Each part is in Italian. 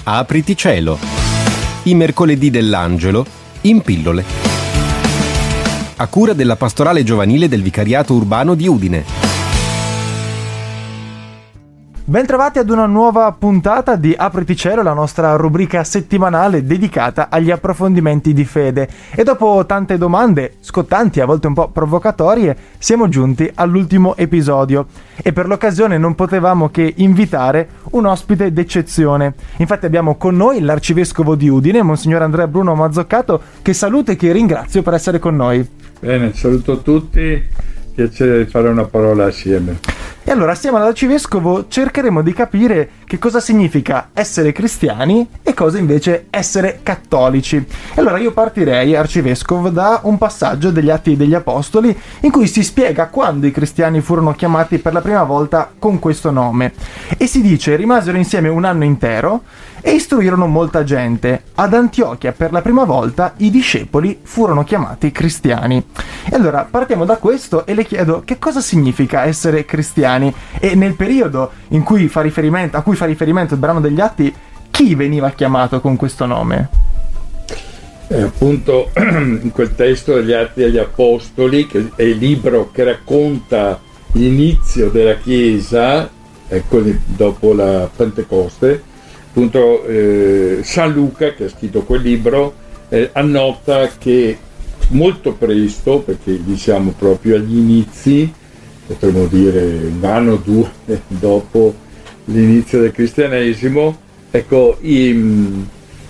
Apriti cielo. I mercoledì dell'Angelo in pillole. A cura della pastorale giovanile del Vicariato Urbano di Udine. Bentrovati ad una nuova puntata di Apriti Cielo, la nostra rubrica settimanale dedicata agli approfondimenti di fede. E dopo tante domande scottanti, a volte un po' provocatorie, siamo giunti all'ultimo episodio. E per l'occasione non potevamo che invitare un ospite d'eccezione. Infatti abbiamo con noi l'arcivescovo di Udine, Monsignor Andrea Bruno Mazzoccato, che saluto e che ringrazio per essere con noi. Bene, saluto tutti, piacere di fare una parola assieme. E allora, assieme all'arcivescovo cercheremo di capire che cosa significa essere cristiani e cosa invece essere cattolici. E allora io partirei, arcivescovo, da un passaggio degli Atti degli Apostoli in cui si spiega quando i cristiani furono chiamati per la prima volta con questo nome. E si dice: rimasero insieme un anno intero e istruirono molta gente. Ad Antiochia per la prima volta i discepoli furono chiamati cristiani. E allora partiamo da questo e le chiedo che cosa significa essere cristiani, e nel periodo in cui a cui fa riferimento il brano degli Atti, chi veniva chiamato con questo nome? Appunto in quel testo degli Atti degli Apostoli, che è il libro che racconta l'inizio della Chiesa, ecco, dopo la Pentecoste, appunto San Luca, che ha scritto quel libro, annota che molto presto, perché diciamo proprio agli inizi, potremmo dire un anno o due dopo l'inizio del cristianesimo, ecco, i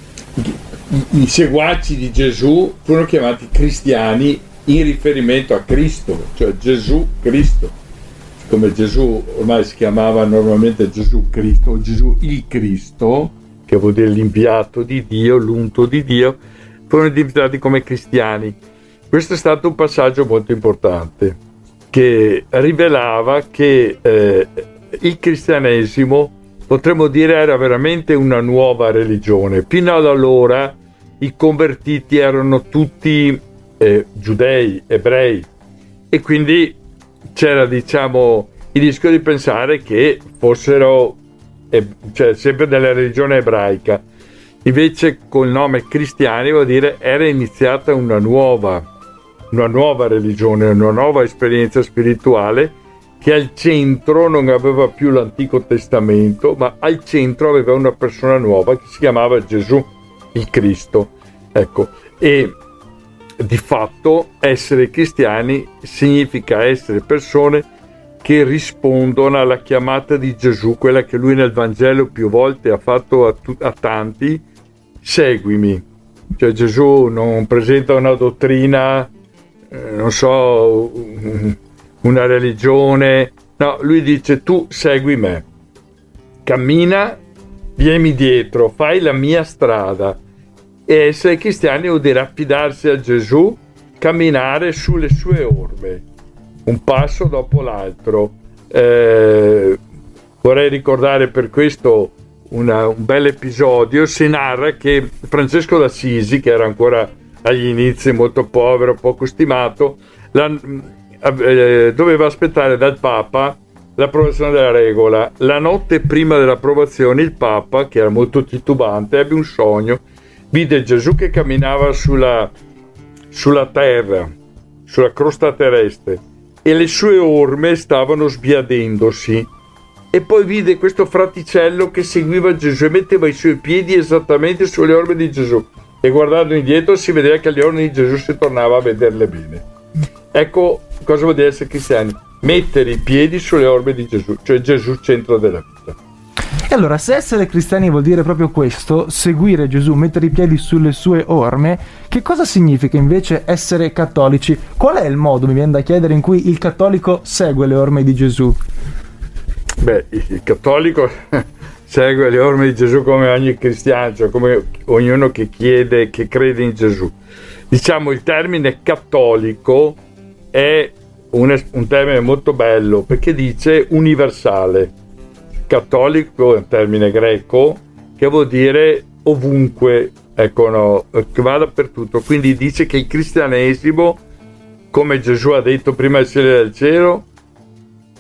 seguaci di Gesù furono chiamati cristiani in riferimento a Cristo, cioè Gesù Cristo. Come Gesù ormai si chiamava normalmente Gesù Cristo, o Gesù il Cristo, che vuol dire l'inviato di Dio, l'unto di Dio, furono identificati come cristiani. Questo è stato un passaggio molto importante, che rivelava che il cristianesimo, potremmo dire, era veramente una nuova religione. Fino ad allora i convertiti erano tutti giudei, ebrei, e quindi c'era, diciamo, il rischio di pensare che fossero sempre della religione ebraica. Invece col nome cristiani vuol dire era iniziata una nuova religione, una nuova esperienza spirituale, che al centro non aveva più l'Antico Testamento, ma al centro aveva una persona nuova che si chiamava Gesù il Cristo. Ecco, e di fatto essere cristiani significa essere persone che rispondono alla chiamata di Gesù, quella che lui nel Vangelo più volte ha fatto a tanti: seguimi. Cioè Gesù non presenta una dottrina, non so, una religione, no, lui dice: tu segui me, cammina, vieni dietro, fai la mia strada. E essere cristiani vuol dire affidarsi a Gesù, camminare sulle sue orme, un passo dopo l'altro. Vorrei ricordare per questo un bel episodio. Si narra che Francesco d'Assisi, che era ancora agli inizi, molto povero, poco stimato, doveva aspettare dal Papa l'approvazione della regola. La notte prima dell'approvazione il Papa, che era molto titubante, ebbe un sogno, vide Gesù che camminava sulla terra, sulla crosta terrestre, e le sue orme stavano sbiadendosi, e poi vide questo fraticello che seguiva Gesù e metteva i suoi piedi esattamente sulle orme di Gesù, e guardando indietro si vedeva che alle orme di Gesù si tornava a vederle bene. Ecco cosa vuol dire essere cristiani: mettere i piedi sulle orme di Gesù, cioè Gesù centro della vita. E allora, se essere cristiani vuol dire proprio questo, seguire Gesù, mettere i piedi sulle sue orme, che cosa significa invece essere cattolici? Qual è il modo, mi viene da chiedere, in cui il cattolico segue le orme di Gesù? Beh, il cattolico segue le orme di Gesù come ogni cristiano, cioè come ognuno che crede in Gesù. Diciamo, il termine cattolico è un termine molto bello, perché dice universale. Cattolico è un termine greco che vuol dire ovunque, ecco, no, che va dappertutto. Quindi dice che il cristianesimo, come Gesù ha detto prima del cielo e del cielo,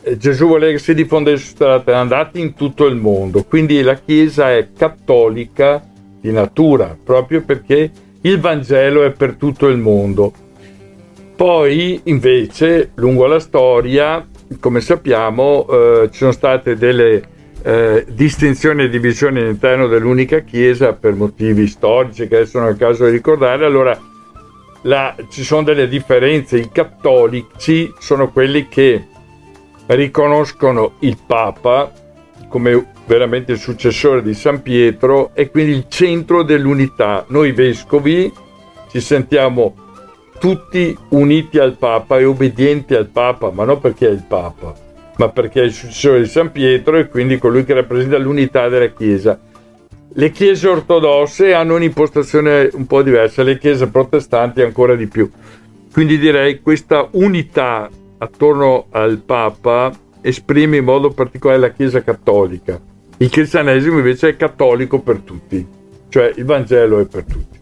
Gesù voleva che si diffondesse su tutta la terra, andati in tutto il mondo, quindi la Chiesa è cattolica di natura, proprio perché il Vangelo è per tutto il mondo. Poi invece lungo la storia, come sappiamo, ci sono state delle distinzioni e divisioni all'interno dell'unica Chiesa per motivi storici che adesso non è il caso di ricordare. Allora ci sono delle differenze. I cattolici sono quelli che riconoscono il Papa come veramente il successore di San Pietro e quindi il centro dell'unità. Noi vescovi ci sentiamo tutti uniti al Papa e obbedienti al Papa, ma non perché è il Papa, ma perché è il successore di San Pietro e quindi colui che rappresenta l'unità della Chiesa. Le chiese ortodosse hanno un'impostazione un po' diversa, le chiese protestanti ancora di più. Quindi direi questa unità attorno al Papa esprime in modo particolare la Chiesa cattolica. Il cristianesimo invece è cattolico per tutti, cioè il Vangelo è per tutti.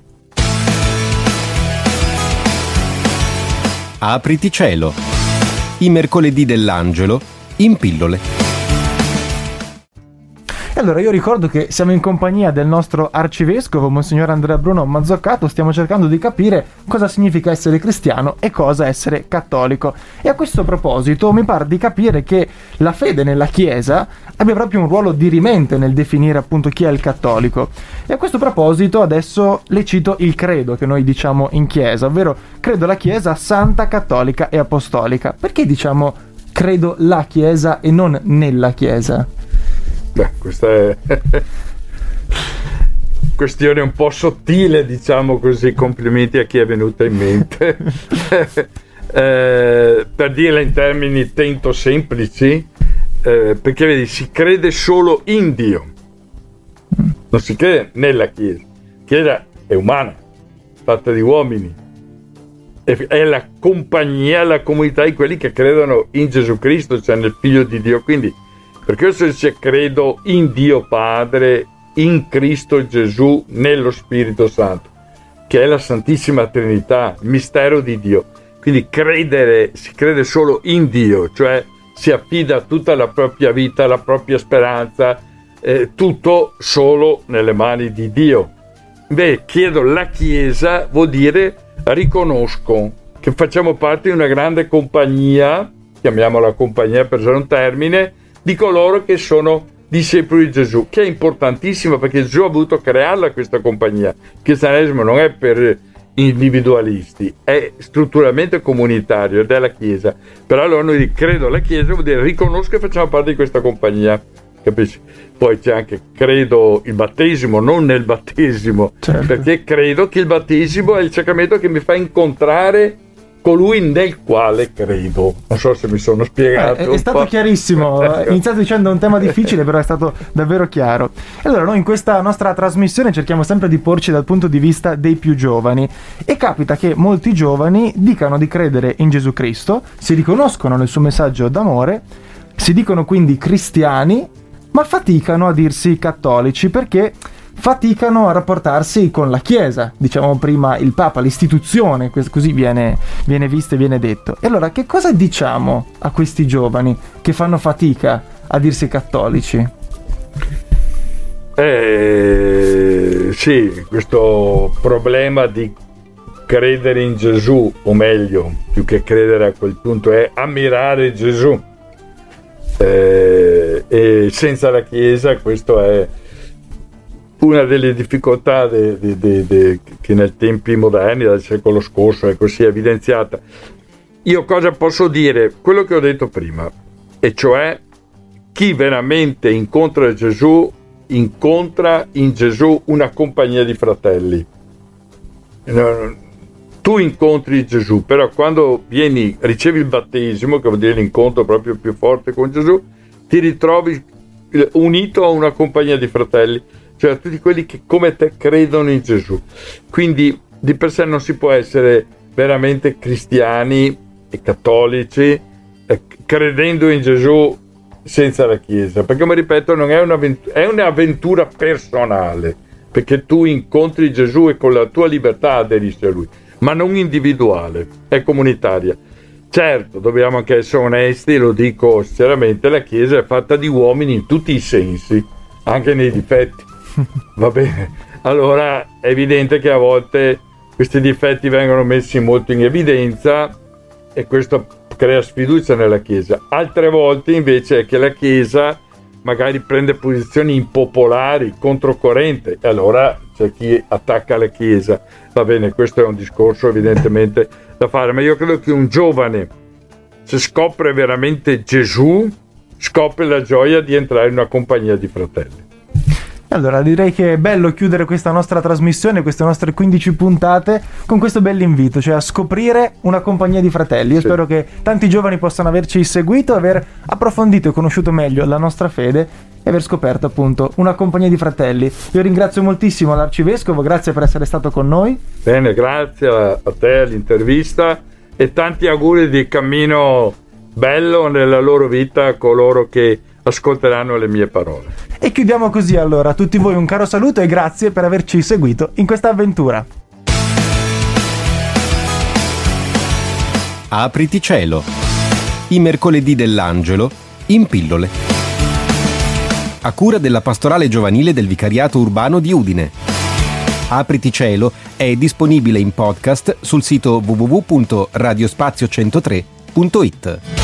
Apriti cielo. I mercoledì dell'angelo in pillole. E allora io ricordo che siamo in compagnia del nostro arcivescovo, Monsignor Andrea Bruno Mazzoccato, stiamo cercando di capire cosa significa essere cristiano e cosa essere cattolico. E a questo proposito mi pare di capire che la fede nella Chiesa abbia proprio un ruolo dirimente nel definire appunto chi è il cattolico. E a questo proposito adesso le cito il credo che noi diciamo in Chiesa, ovvero credo la Chiesa santa, cattolica e apostolica. Perché diciamo credo la Chiesa e non nella Chiesa? Beh, questa è questione un po' sottile, diciamo così, complimenti a chi è venuta in mente. Per dirla in termini tento semplici, perché vedi, si crede solo in Dio, non si crede nella Chiesa. La Chiesa è umana, fatta di uomini, è la compagnia, la comunità di quelli che credono in Gesù Cristo, cioè nel Figlio di Dio. Quindi per questo si dice credo in Dio Padre, in Cristo Gesù, nello Spirito Santo, che è la Santissima Trinità, il mistero di Dio. Quindi si crede solo in Dio, cioè si affida tutta la propria vita, la propria speranza, tutto solo nelle mani di Dio. Beh, chiedo la Chiesa vuol dire riconosco che facciamo parte di una grande compagnia, chiamiamola compagnia per usare un termine, di coloro che sono discepoli di Gesù, che è importantissima perché Gesù ha voluto crearla questa compagnia. Il cristianesimo non è per individualisti, è strutturalmente comunitario ed è la Chiesa. Però allora noi credo alla Chiesa vuol dire riconosco che facciamo parte di questa compagnia, capisci? Poi c'è anche credo il battesimo, non nel battesimo, certo, perché credo che il battesimo è il sacramento che mi fa incontrare colui nel quale credo. Non so se mi sono spiegato. È stato chiarissimo. Ho iniziato dicendo un tema difficile, però è stato davvero chiaro. E allora noi in questa nostra trasmissione cerchiamo sempre di porci dal punto di vista dei più giovani. E capita che molti giovani dicano di credere in Gesù Cristo, si riconoscono nel suo messaggio d'amore, si dicono quindi cristiani, ma faticano a dirsi cattolici perché faticano a rapportarsi con la Chiesa, diciamo prima il Papa, l'istituzione, così viene visto e viene detto. E allora che cosa diciamo a questi giovani che fanno fatica a dirsi cattolici? Sì, questo problema di credere in Gesù, o meglio, più che credere a quel punto, è ammirare Gesù. E senza la Chiesa questo è una delle difficoltà che nei tempi moderni del secolo scorso si è evidenziata. Io cosa posso dire? Quello che ho detto prima, e cioè chi veramente incontra Gesù incontra in Gesù una compagnia di fratelli. Tu incontri Gesù, però quando ricevi il battesimo, che vuol dire l'incontro proprio più forte con Gesù, ti ritrovi unito a una compagnia di fratelli, cioè tutti quelli che come te credono in Gesù. Quindi di per sé non si può essere veramente cristiani e cattolici credendo in Gesù senza la Chiesa, perché come ripeto non è un'avventura personale, perché tu incontri Gesù e con la tua libertà aderisci a Lui, ma non individuale, è comunitaria. Certo, dobbiamo anche essere onesti, lo dico sinceramente, la Chiesa è fatta di uomini in tutti i sensi, anche nei difetti. Va bene? Allora è evidente che a volte questi difetti vengono messi molto in evidenza e questo crea sfiducia nella Chiesa. Altre volte invece è che la Chiesa magari prende posizioni impopolari, controcorrente, e allora c'è chi attacca la Chiesa. Va bene, questo è un discorso evidentemente da fare, ma io credo che un giovane, se scopre veramente Gesù, scopre la gioia di entrare in una compagnia di fratelli. Allora direi che è bello chiudere questa nostra trasmissione, queste nostre 15 puntate con questo bell'invito, cioè a scoprire una compagnia di fratelli. Io spero che tanti giovani possano averci seguito, aver approfondito e conosciuto meglio la nostra fede e aver scoperto appunto una compagnia di fratelli. Io ringrazio moltissimo l'Arcivescovo, grazie per essere stato con noi. Bene, grazie a te all'intervista e tanti auguri di cammino bello nella loro vita a coloro che ascolteranno le mie parole. E chiudiamo così allora. A tutti voi un caro saluto e grazie per averci seguito in questa avventura. Apriti cielo. I mercoledì dell'Angelo in pillole. A cura della pastorale giovanile del Vicariato Urbano di Udine. Apriti cielo è disponibile in podcast sul sito www.radiospazio103.it.